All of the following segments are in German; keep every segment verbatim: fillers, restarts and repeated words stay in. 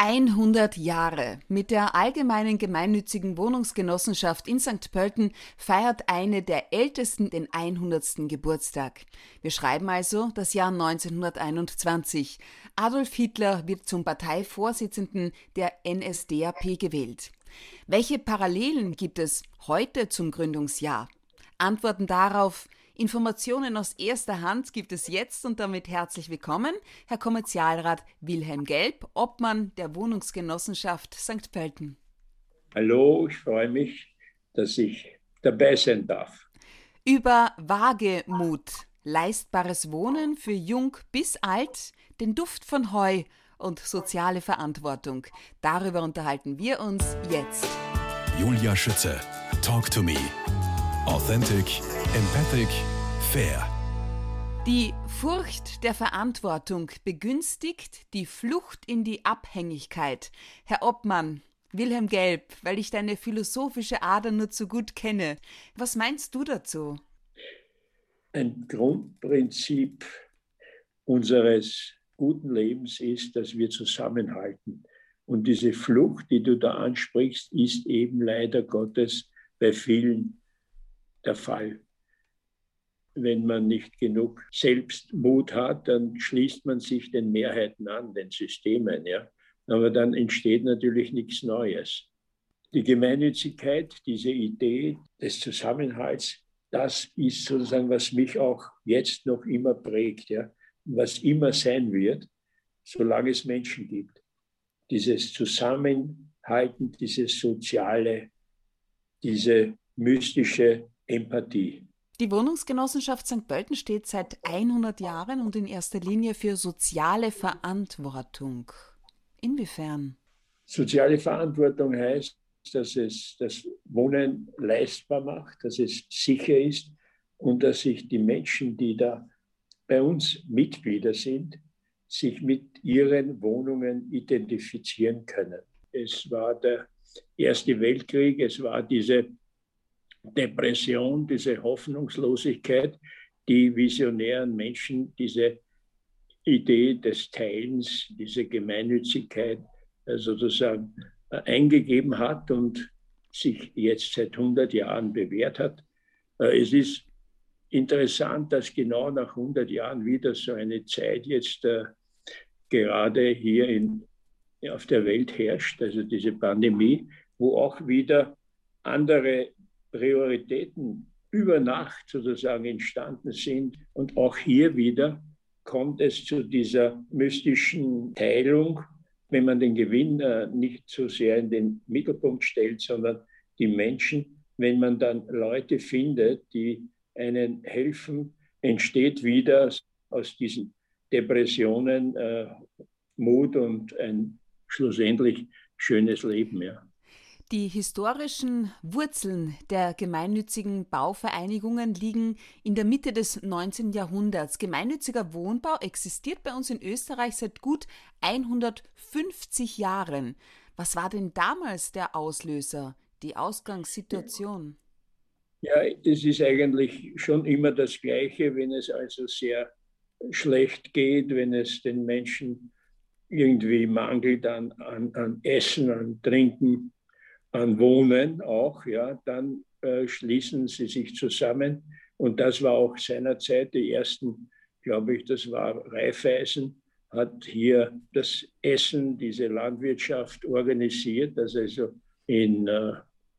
hundert Jahre. Mit der Allgemeinen Gemeinnützigen Wohnungsgenossenschaft in Sankt Pölten feiert eine der ältesten den hundertsten Geburtstag. Wir schreiben also das Jahr neunzehnhunderteinundzwanzig. Adolf Hitler wird zum Parteivorsitzenden der N S D A P gewählt. Welche Parallelen gibt es heute zum Gründungsjahr? Antworten darauf, Informationen aus erster Hand gibt es jetzt und damit herzlich willkommen, Herr Kommerzialrat Wilhelm Gelb, Obmann der Wohnungsgenossenschaft Sankt Pölten. Hallo, ich freue mich, dass ich dabei sein darf. Über Wagemut, leistbares Wohnen für jung bis alt, den Duft von Heu und soziale Verantwortung. Darüber unterhalten wir uns jetzt. Julia Schütze, Talk to Me. Authentic, empathic, fair. Die Furcht der Verantwortung begünstigt die Flucht in die Abhängigkeit. Herr Obmann, Wilhelm Gelb, weil ich deine philosophische Ader nur zu gut kenne. Was meinst du dazu? Ein Grundprinzip unseres guten Lebens ist, dass wir zusammenhalten. Und diese Flucht, die du da ansprichst, ist eben leider Gottes bei vielen der Fall. Wenn man nicht genug Selbstmut hat, dann schließt man sich den Mehrheiten an, den Systemen. Ja? Aber dann entsteht natürlich nichts Neues. Die Gemeinnützigkeit, diese Idee des Zusammenhalts, das ist sozusagen, was mich auch jetzt noch immer prägt, ja? Was immer sein wird, solange es Menschen gibt. Dieses Zusammenhalten, dieses Soziale, diese mystische Empathie. Die Wohnungsgenossenschaft Sankt Pölten steht seit hundert Jahren und in erster Linie für soziale Verantwortung. Inwiefern? Soziale Verantwortung heißt, dass es das Wohnen leistbar macht, dass es sicher ist und dass sich die Menschen, die da bei uns Mitglieder sind, sich mit ihren Wohnungen identifizieren können. Es war der Erste Weltkrieg, es war diese Depression, diese Hoffnungslosigkeit, die visionären Menschen diese Idee des Teilens, diese Gemeinnützigkeit sozusagen eingegeben hat und sich jetzt seit hundert Jahren bewährt hat. Es ist interessant, dass genau nach hundert Jahren wieder so eine Zeit jetzt äh, gerade hier in, auf der Welt herrscht, also diese Pandemie, wo auch wieder andere Prioritäten über Nacht sozusagen entstanden sind. Und auch hier wieder kommt es zu dieser mystischen Teilung, wenn man den Gewinn äh, nicht so sehr in den Mittelpunkt stellt, sondern die Menschen. Wenn man dann Leute findet, die einen helfen, entsteht wieder aus diesen Depressionen äh, Mut und ein schlussendlich schönes Leben. Ja. Die historischen Wurzeln der gemeinnützigen Bauvereinigungen liegen in der Mitte des neunzehnten Jahrhunderts. Gemeinnütziger Wohnbau existiert bei uns in Österreich seit gut hundertfünfzig Jahren. Was war denn damals der Auslöser, die Ausgangssituation? Ja, das ist eigentlich schon immer das Gleiche, wenn es also sehr schlecht geht, wenn es den Menschen irgendwie mangelt an, an, an Essen, an Trinken, an Wohnen auch, ja, dann äh, schließen sie sich zusammen. Und das war auch seinerzeit die ersten, glaube ich, das war Raiffeisen, hat hier das Essen, diese Landwirtschaft organisiert. Das also in äh,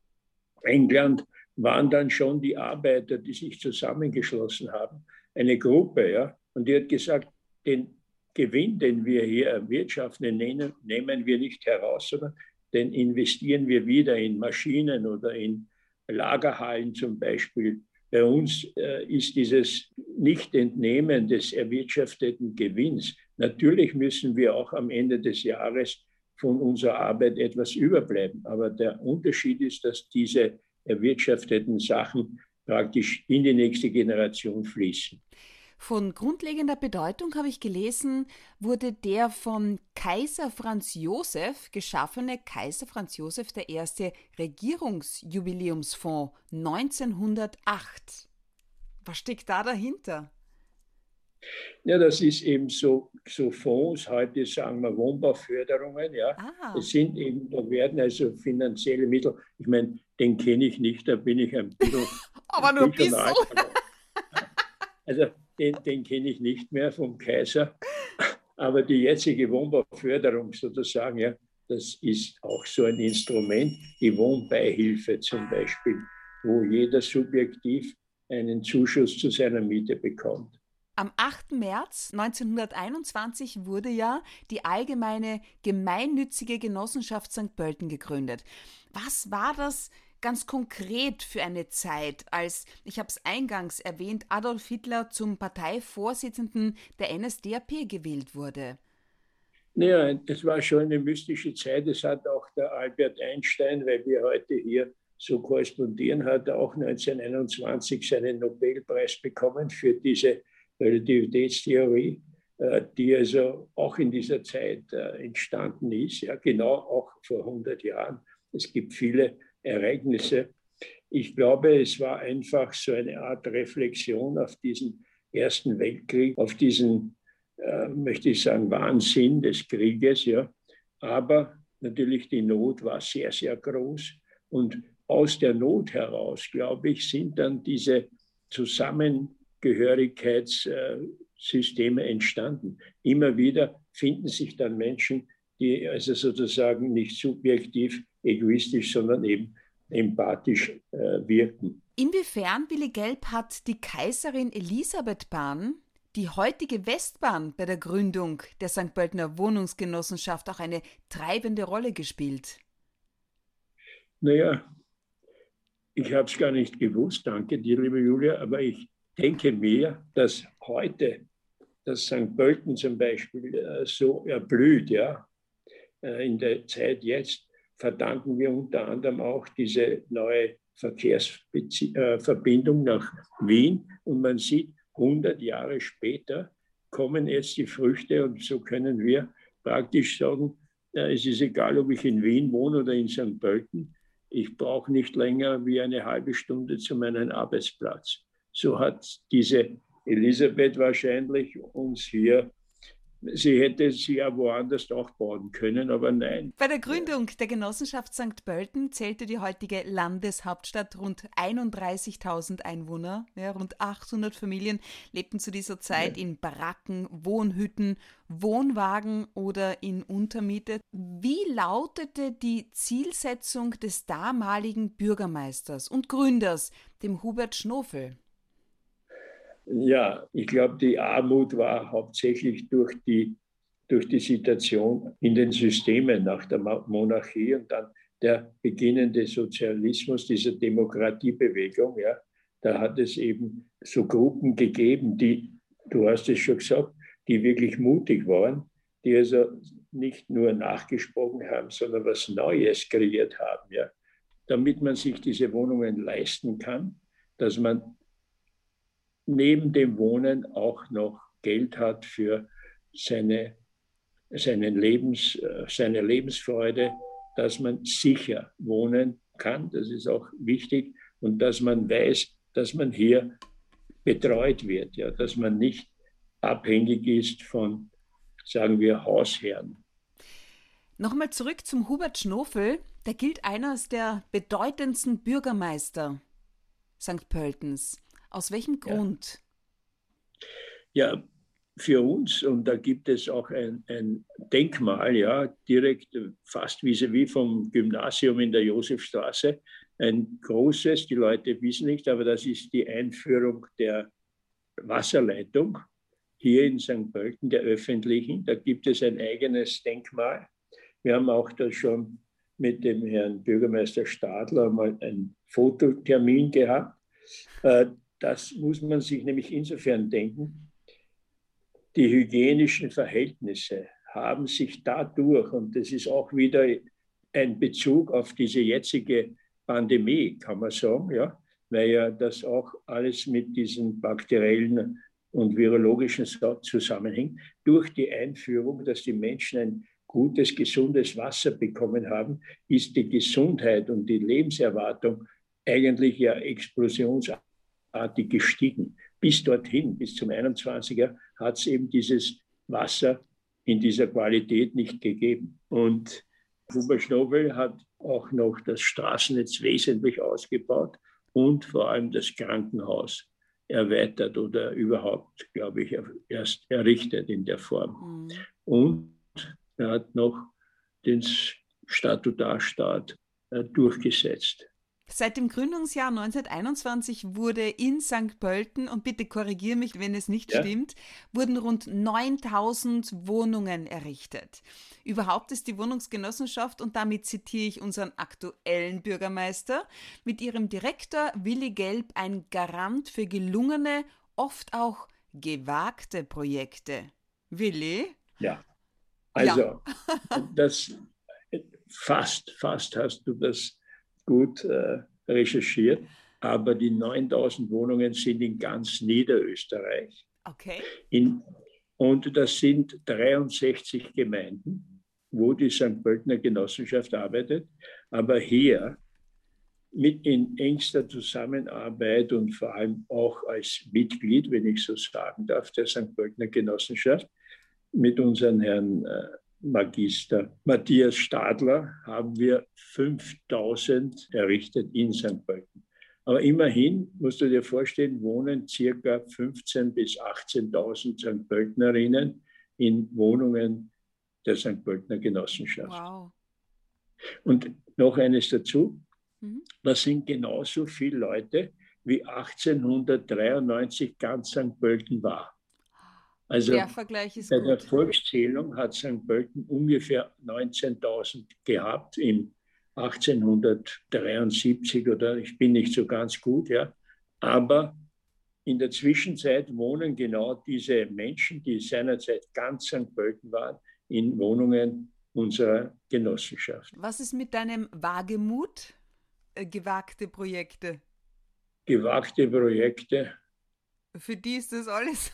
England waren dann schon die Arbeiter, die sich zusammengeschlossen haben, eine Gruppe, ja, und die hat gesagt, den Gewinn, den wir hier erwirtschaften, nehmen, nehmen wir nicht heraus, sondern den investieren wir wieder in Maschinen oder in Lagerhallen zum Beispiel. Bei uns äh, ist dieses Nicht-Entnehmen des erwirtschafteten Gewinns. Natürlich müssen wir auch am Ende des Jahres von unserer Arbeit etwas überbleiben. Aber der Unterschied ist, dass diese erwirtschafteten Sachen praktisch in die nächste Generation fließen. Von grundlegender Bedeutung, habe ich gelesen, wurde der von Kaiser Franz Joseph geschaffene Kaiser Franz Joseph der Erste Regierungsjubiläumsfonds neunzehnhundertacht. Was steckt da dahinter? Ja, das ist eben so, so Fonds, heute sagen wir Wohnbauförderungen, ja. Ah. Es sind eben, da werden also finanzielle Mittel, ich meine, den kenne ich nicht, da bin ich ein bisschen, Aber nur ein bisschen bisschen. alt, aber, also den, den kenne ich nicht mehr vom Kaiser, aber die jetzige Wohnbauförderung sozusagen, ja, das ist auch so ein Instrument, die Wohnbeihilfe zum Beispiel, wo jeder subjektiv einen Zuschuss zu seiner Miete bekommt. Am achten März neunzehnhunderteinundzwanzig wurde ja die Allgemeine Gemeinnützige Genossenschaft Sankt Pölten gegründet. Was war das ganz konkret für eine Zeit, als, ich habe es eingangs erwähnt, Adolf Hitler zum Parteivorsitzenden der N S D A P gewählt wurde? Naja, es war schon eine mystische Zeit. Es hat auch der Albert Einstein, weil wir heute hier so korrespondieren, hat auch neunzehnhunderteinundzwanzig seinen Nobelpreis bekommen für diese Relativitätstheorie, die also auch in dieser Zeit entstanden ist, ja, genau auch vor hundert Jahren. Es gibt viele Ereignisse. Ich glaube, es war einfach so eine Art Reflexion auf diesen Ersten Weltkrieg, auf diesen, äh, möchte ich sagen, Wahnsinn des Krieges. Ja. Aber natürlich die Not war sehr, sehr groß. Und aus der Not heraus, glaube ich, sind dann diese Zusammengehörigkeitssysteme entstanden. Immer wieder finden sich dann Menschen, die also sozusagen nicht subjektiv, egoistisch, sondern eben empathisch äh, wirken. Inwiefern, Willi Gelb, hat die Kaiserin Elisabeth-Bahn, die heutige Westbahn, bei der Gründung der Sankt Pöltener Wohnungsgenossenschaft auch eine treibende Rolle gespielt? Naja, ich habe es gar nicht gewusst, danke dir, liebe Julia, aber ich denke mir, dass heute das Sankt Pölten zum Beispiel äh, so erblüht, ja, äh, in der Zeit jetzt, verdanken wir unter anderem auch diese neue Verkehrsverbindung nach Wien. Und man sieht, hundert Jahre später kommen jetzt die Früchte und so können wir praktisch sagen, es ist egal, ob ich in Wien wohne oder in Sankt Pölten, ich brauche nicht länger wie eine halbe Stunde zu meinem Arbeitsplatz. So hat diese Elisabeth wahrscheinlich uns hier, sie hätte sie ja woanders auch bauen können, aber nein. Bei der Gründung der Genossenschaft Sankt Pölten zählte die heutige Landeshauptstadt rund einunddreißigtausend Einwohner. Ja, rund achthundert Familien lebten zu dieser Zeit ja. in Baracken, Wohnhütten, Wohnwagen oder in Untermiete. Wie lautete die Zielsetzung des damaligen Bürgermeisters und Gründers, dem Hubert Schnofel? Ja, ich glaube, die Armut war hauptsächlich durch die, durch die Situation in den Systemen nach der Monarchie und dann der beginnende Sozialismus, diese Demokratiebewegung. Ja, da hat es eben so Gruppen gegeben, die, du hast es schon gesagt, die wirklich mutig waren, die also nicht nur nachgesprochen haben, sondern was Neues kreiert haben, ja, damit man sich diese Wohnungen leisten kann, dass man neben dem Wohnen auch noch Geld hat für seine, seine, Lebens, seine Lebensfreude, dass man sicher wohnen kann, das ist auch wichtig, und dass man weiß, dass man hier betreut wird, ja, dass man nicht abhängig ist von, sagen wir, Hausherren. Nochmal zurück zum Hubert Schnofel, der gilt einer als der bedeutendsten Bürgermeister Sankt Pöltens. Aus welchem Grund? Ja. ja, für uns, und da gibt es auch ein, ein Denkmal, ja, direkt fast vis-à-vis vom Gymnasium in der Josefstraße, ein großes, die Leute wissen nicht, aber das ist die Einführung der Wasserleitung hier in Sankt Pölten, der öffentlichen. Da gibt es ein eigenes Denkmal. Wir haben auch da schon mit dem Herrn Bürgermeister Stadler mal einen Fototermin gehabt. Das muss man sich nämlich insofern denken, die hygienischen Verhältnisse haben sich dadurch, und das ist auch wieder ein Bezug auf diese jetzige Pandemie, kann man sagen, ja, weil ja das auch alles mit diesen bakteriellen und virologischen zusammenhängt, durch die Einführung, dass die Menschen ein gutes, gesundes Wasser bekommen haben, ist die Gesundheit und die Lebenserwartung eigentlich ja explosionsartig gestiegen. bis dorthin, bis zum einundzwanziger, hat es eben dieses Wasser in dieser Qualität nicht gegeben. Und Huber Schnobel hat auch noch das Straßennetz wesentlich ausgebaut und vor allem das Krankenhaus erweitert oder überhaupt, glaube ich, erst errichtet in der Form. Mhm. Und er hat noch den Statutarstaat äh, durchgesetzt. Seit dem Gründungsjahr neunzehnhunderteinundzwanzig wurde in Sankt Pölten, und bitte korrigiere mich, wenn es nicht ja. stimmt, wurden rund neuntausend Wohnungen errichtet. Überhaupt ist die Wohnungsgenossenschaft, und damit zitiere ich unseren aktuellen Bürgermeister, mit ihrem Direktor Willi Gelb ein Garant für gelungene, oft auch gewagte Projekte. Willi? Ja, also ja. das fast, fast hast du das gut äh, recherchiert, aber die neuntausend Wohnungen sind in ganz Niederösterreich. Okay. In, und das sind dreiundsechzig Gemeinden, wo die Sankt Pöltener Genossenschaft arbeitet, aber hier mit in engster Zusammenarbeit und vor allem auch als Mitglied, wenn ich so sagen darf, der Sankt Pöltener Genossenschaft, mit unserem Herrn äh, Magister Matthias Stadler haben wir fünftausend errichtet in Sankt Pölten. Aber immerhin, musst du dir vorstellen, wohnen ca. fünfzehntausend bis achtzehntausend Sankt Pöltenerinnen in Wohnungen der Sankt Pöltener Genossenschaft. Wow. Und noch eines dazu, mhm. das sind genauso viele Leute, wie achtzehnhundertdreiundneunzig ganz Sankt Pölten war. Also der Vergleich ist bei gut. der Volkszählung hat Sankt Pölten ungefähr neunzehntausend gehabt im achtzehnhundertdreiundsiebzig oder ich bin nicht so ganz gut, ja. Aber in der Zwischenzeit wohnen genau diese Menschen, die seinerzeit ganz Sankt Pölten waren, in Wohnungen unserer Genossenschaft. Was ist mit deinem Wagemut? Äh, gewagte Projekte? Gewagte Projekte. Für die ist das alles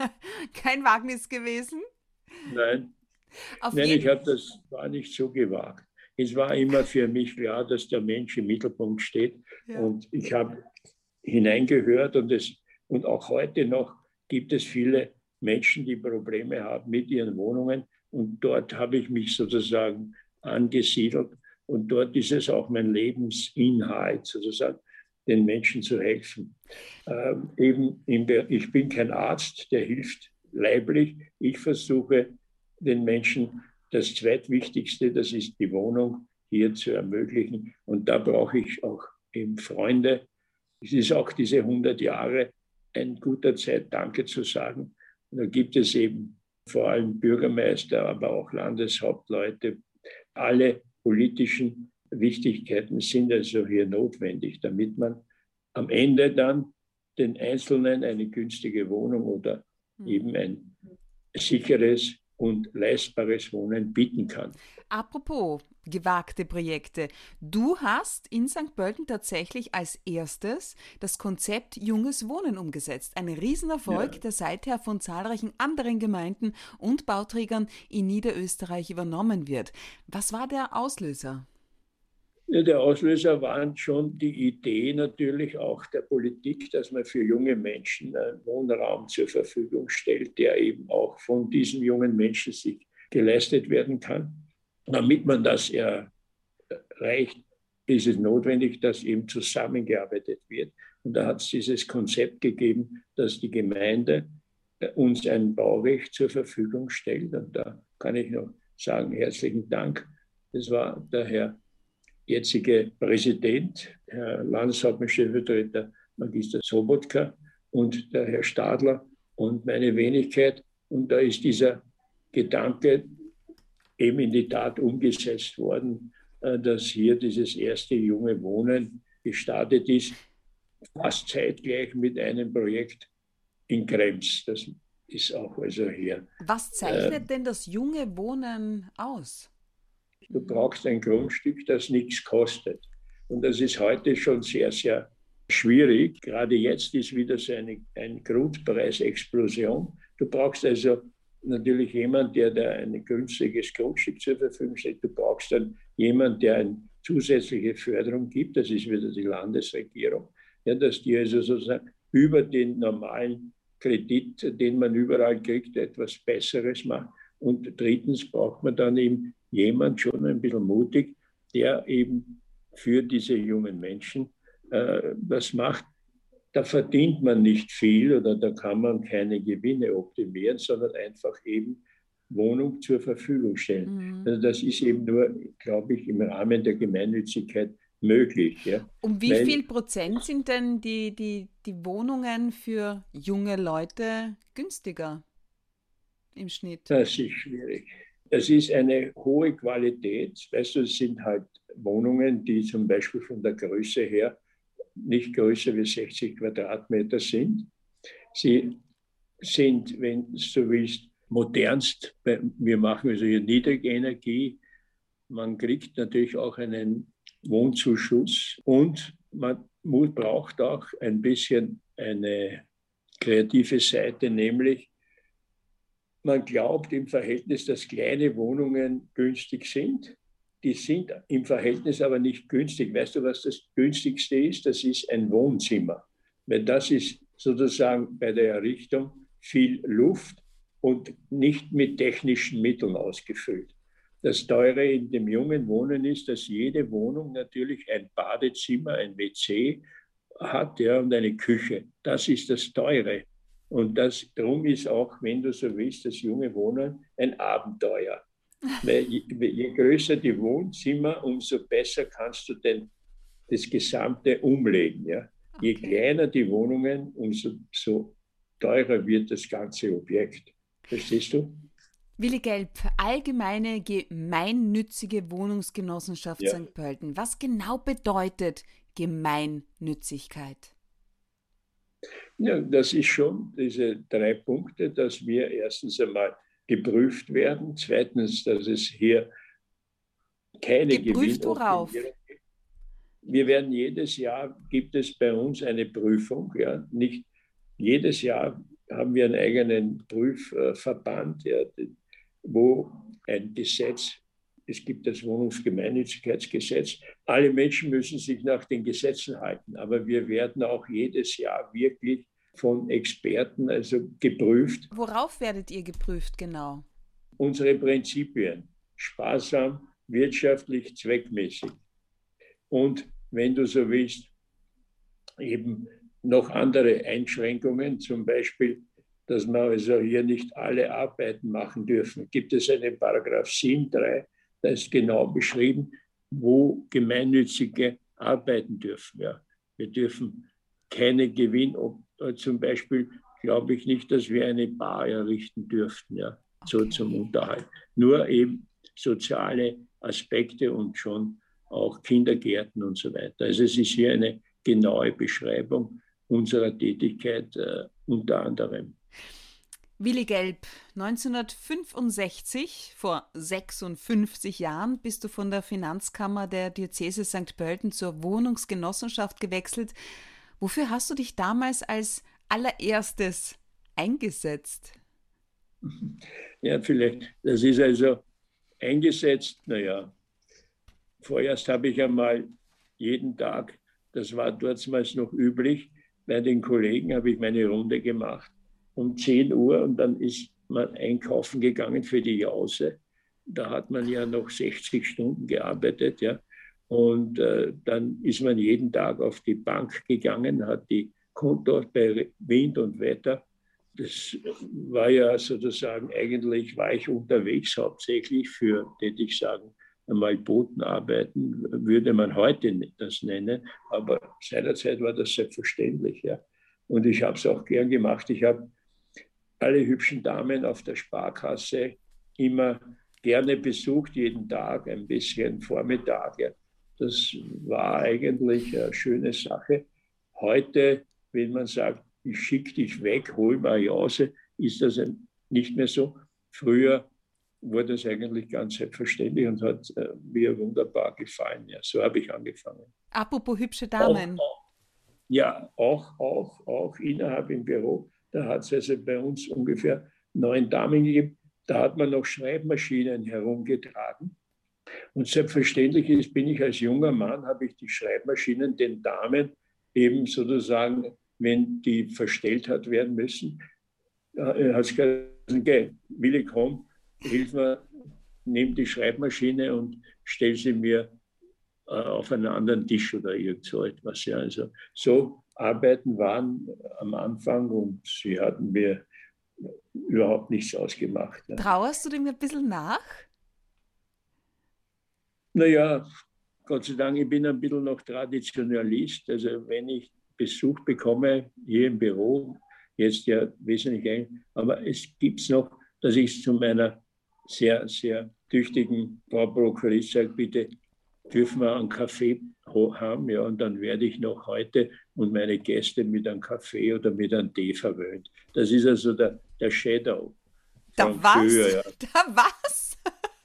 kein Wagnis gewesen? Nein, Auf Nein jeden... ich habe das war nicht so gewagt. Es war immer für mich klar, dass der Mensch im Mittelpunkt steht. Ja. Und ich habe hineingehört und, es, und auch heute noch gibt es viele Menschen, die Probleme haben mit ihren Wohnungen. Und dort habe ich mich sozusagen angesiedelt. Und dort ist es auch mein Lebensinhalt, sozusagen, den Menschen zu helfen. Ähm, eben in der, ich bin kein Arzt, der hilft leiblich. Ich versuche den Menschen das Zweitwichtigste, das ist die Wohnung, hier zu ermöglichen. Und da brauche ich auch eben Freunde. Es ist auch diese hundert Jahre ein guter Zeit, Danke zu sagen. Und da gibt es eben vor allem Bürgermeister, aber auch Landeshauptleute. Alle politischen Wichtigkeiten sind also hier notwendig, damit man am Ende dann den Einzelnen eine günstige Wohnung oder eben ein sicheres und leistbares Wohnen bieten kann. Apropos gewagte Projekte. Du hast in Sankt Pölten tatsächlich als erstes das Konzept Junges Wohnen umgesetzt. Ein Riesenerfolg, ja. der seither von zahlreichen anderen Gemeinden und Bauträgern in Niederösterreich übernommen wird. Was war der Auslöser? Ja, der Auslöser waren schon die Idee natürlich auch der Politik, dass man für junge Menschen einen Wohnraum zur Verfügung stellt, der eben auch von diesen jungen Menschen sich geleistet werden kann. Damit man das erreicht, ist es notwendig, dass eben zusammengearbeitet wird. Und da hat es dieses Konzept gegeben, dass die Gemeinde uns ein Baurecht zur Verfügung stellt. Und da kann ich noch sagen, herzlichen Dank. Das war der Herr jetzige Präsident, Herr Landeshauptmann-Stellvertreter Magister Sobotka und der Herr Stadler und meine Wenigkeit. Und da ist dieser Gedanke eben in die Tat umgesetzt worden, dass hier dieses erste junge Wohnen gestartet ist, fast zeitgleich mit einem Projekt in Krems. Das ist auch also hier. Was zeichnet äh, denn das junge Wohnen aus? Du brauchst ein Grundstück, das nichts kostet. Und das ist heute schon sehr, sehr schwierig. Gerade jetzt ist wieder so eine, eine Grundpreisexplosion. Du brauchst also natürlich jemanden, der da ein günstiges Grundstück zur Verfügung stellt. Du brauchst dann jemanden, der eine zusätzliche Förderung gibt. Das ist wieder die Landesregierung. Ja, dass die also sozusagen über den normalen Kredit, den man überall kriegt, etwas Besseres macht. Und drittens braucht man dann eben jemand, schon ein bisschen mutig, der eben für diese jungen Menschen äh, was macht. Da verdient man nicht viel oder da kann man keine Gewinne optimieren, sondern einfach eben Wohnung zur Verfügung stellen. Mhm. Also das ist eben nur, glaube ich, im Rahmen der Gemeinnützigkeit möglich. Ja. Um wie Weil, viel Prozent sind denn die, die, die Wohnungen für junge Leute günstiger im Schnitt? Das ist schwierig. Es ist eine hohe Qualität. Weißt du, es sind halt Wohnungen, die zum Beispiel von der Größe her nicht größer wie sechzig Quadratmeter sind. Sie sind, wenn du so willst, modernst. Wir machen also hier Niedrigenergie. Man kriegt natürlich auch einen Wohnzuschuss und man braucht auch ein bisschen eine kreative Seite, nämlich man glaubt im Verhältnis, dass kleine Wohnungen günstig sind. Die sind im Verhältnis aber nicht günstig. Weißt du, was das günstigste ist? Das ist ein Wohnzimmer. Weil das ist sozusagen bei der Errichtung viel Luft und nicht mit technischen Mitteln ausgefüllt. Das Teure in dem jungen Wohnen ist, dass jede Wohnung natürlich ein Badezimmer, ein W C hat, ja, und eine Küche. Das ist das Teure. Und das, darum ist auch, wenn du so willst, das junge Wohnen ein Abenteuer. Weil je, je größer die Wohnzimmer, umso besser kannst du denn das Gesamte umlegen. Ja? Je okay. kleiner die Wohnungen, umso so teurer wird das ganze Objekt. Verstehst du? Willi Gelb, Allgemeine Gemeinnützige Wohnungsgenossenschaft ja. Sankt Pölten. Was genau bedeutet Gemeinnützigkeit? Ja, das ist schon diese drei Punkte, dass wir erstens einmal geprüft werden, zweitens, dass es hier keine Geprüft worauf? gibt. Wir werden jedes Jahr, gibt es bei uns eine Prüfung, ja, nicht jedes Jahr haben wir einen eigenen Prüfverband, ja, wo ein Gesetz, es gibt das Wohnungsgemeinnützigkeitsgesetz, alle Menschen müssen sich nach den Gesetzen halten, aber wir werden auch jedes Jahr wirklich von Experten also geprüft. Worauf werdet ihr geprüft genau? Unsere Prinzipien, sparsam, wirtschaftlich, zweckmäßig. Und wenn du so willst, eben noch andere Einschränkungen, zum Beispiel, dass wir also hier nicht alle Arbeiten machen dürfen. Gibt es einen Paragraph sieben Punkt drei, da ist genau beschrieben, wo Gemeinnützige arbeiten dürfen. Ja. Wir dürfen keine Gewinn, zum Beispiel glaube ich nicht, dass wir eine Bar errichten dürften, ja, okay. so zum Unterhalt. Nur eben soziale Aspekte und schon auch Kindergärten und so weiter. Also es ist hier eine genaue Beschreibung unserer Tätigkeit äh, unter anderem. Willi Gelb, neunzehnhundertfünfundsechzig, vor sechsundfünfzig Jahren, bist du von der Finanzkammer der Diözese Sankt Pölten zur Wohnungsgenossenschaft gewechselt. Wofür hast du dich damals als allererstes eingesetzt? Ja, vielleicht, das ist also eingesetzt, naja, vorerst habe ich einmal jeden Tag, das war damals noch üblich, bei den Kollegen habe ich meine Runde gemacht um zehn Uhr und dann ist man einkaufen gegangen für die Jause. Da hat man ja noch sechzig Stunden gearbeitet, ja. Und äh, dann ist man jeden Tag auf die Bank gegangen, hat die Konto bei Wind und Wetter. Das war ja sozusagen, eigentlich war ich unterwegs hauptsächlich für, hätte ich sagen, einmal Botenarbeiten, würde man heute das nennen, aber seinerzeit war das selbstverständlich. Ja. Und ich habe es auch gern gemacht. Ich habe alle hübschen Damen auf der Sparkasse immer gerne besucht, jeden Tag, ein bisschen Vormittag. Ja. Das war eigentlich eine schöne Sache. Heute, wenn man sagt, ich schicke dich weg, hol mal Jause, ist das nicht mehr so. Früher war das eigentlich ganz selbstverständlich und hat äh, mir wunderbar gefallen. Ja, so habe ich angefangen. Apropos hübsche Damen. Auch, auch, ja, auch, auch, auch innerhalb im Büro. Da hat es also bei uns ungefähr neun Damen gegeben. Da hat man noch Schreibmaschinen herumgetragen. Und selbstverständlich ist, bin ich als junger Mann, habe ich die Schreibmaschinen den Damen eben sozusagen wenn die verstellt hat werden müssen, äh, hat es gesagt, okay, Willi, komm, hilf mir, nimm die Schreibmaschine und stell sie mir äh, auf einen anderen Tisch oder irgend so etwas. Ja. Also so Arbeiten waren am Anfang und sie hatten mir überhaupt nichts ausgemacht. Ja. Trauerst du dem ein bisschen nach? Naja, Gott sei Dank, ich bin ein bisschen noch Traditionalist. Also wenn ich Besuch bekomme hier im Büro, jetzt ja wesentlich ein, aber es gibt es noch, dass ich zu meiner sehr, sehr tüchtigen Frau Prokurist sage, bitte dürfen wir einen Kaffee haben, ja, und dann werde ich noch heute und meine Gäste mit einem Kaffee oder mit einem Tee verwöhnt. Das ist also der, der Shadow. Da was? Früher, ja. Da was?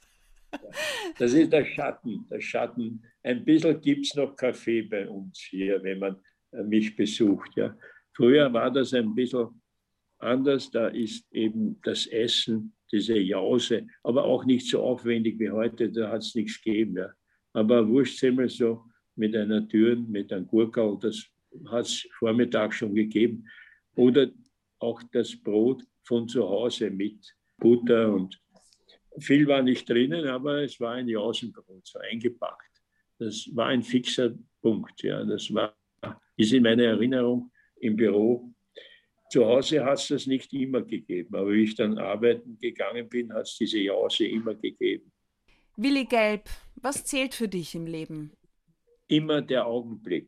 Das ist der Schatten, der Schatten. Ein bisschen gibt es noch Kaffee bei uns hier, wenn man mich besucht. Ja. Früher war das ein bisschen anders, da ist eben das Essen, diese Jause, aber auch nicht so aufwendig wie heute, da hat es nichts gegeben. Ja. Aber Wurstsemmel so mit einer Türen, mit einem Gurkel, das hat es Vormittag schon gegeben. Oder auch das Brot von zu Hause mit Butter und viel war nicht drinnen, aber es war ein Jausenbrot, so eingepackt. Das war ein fixer Punkt. Ja. Das war, ist in meiner Erinnerung im Büro. Zu Hause hat es das nicht immer gegeben, aber wie ich dann arbeiten gegangen bin, hat es diese Jause immer gegeben. Willi Gelb, was zählt für dich im Leben? Immer der Augenblick.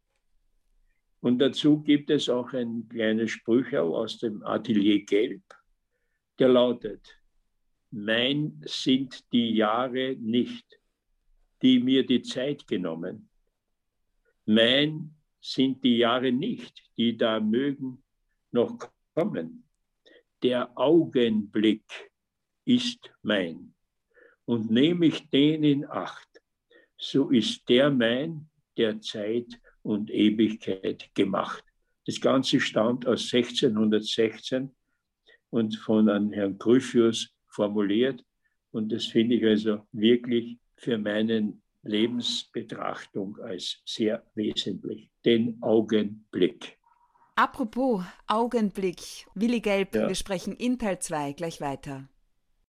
Und dazu gibt es auch ein kleines Sprüchlein aus dem Atelier Gelb, der lautet: Mein sind die Jahre nicht, die mir die Zeit genommen. Mein sind die Jahre nicht, die da mögen noch kommen. Der Augenblick ist mein. Und nehme ich den in Acht, so ist der mein, der Zeit und Ewigkeit gemacht. Das Ganze stammt aus sechzehnhundertsechzehn und von einem Herrn Gryphius formuliert. Und das finde ich also wirklich für meine Lebensbetrachtung als sehr wesentlich. Den Augenblick. Apropos Augenblick, Willi Gelb, ja. Wir sprechen in Teil zwei gleich weiter.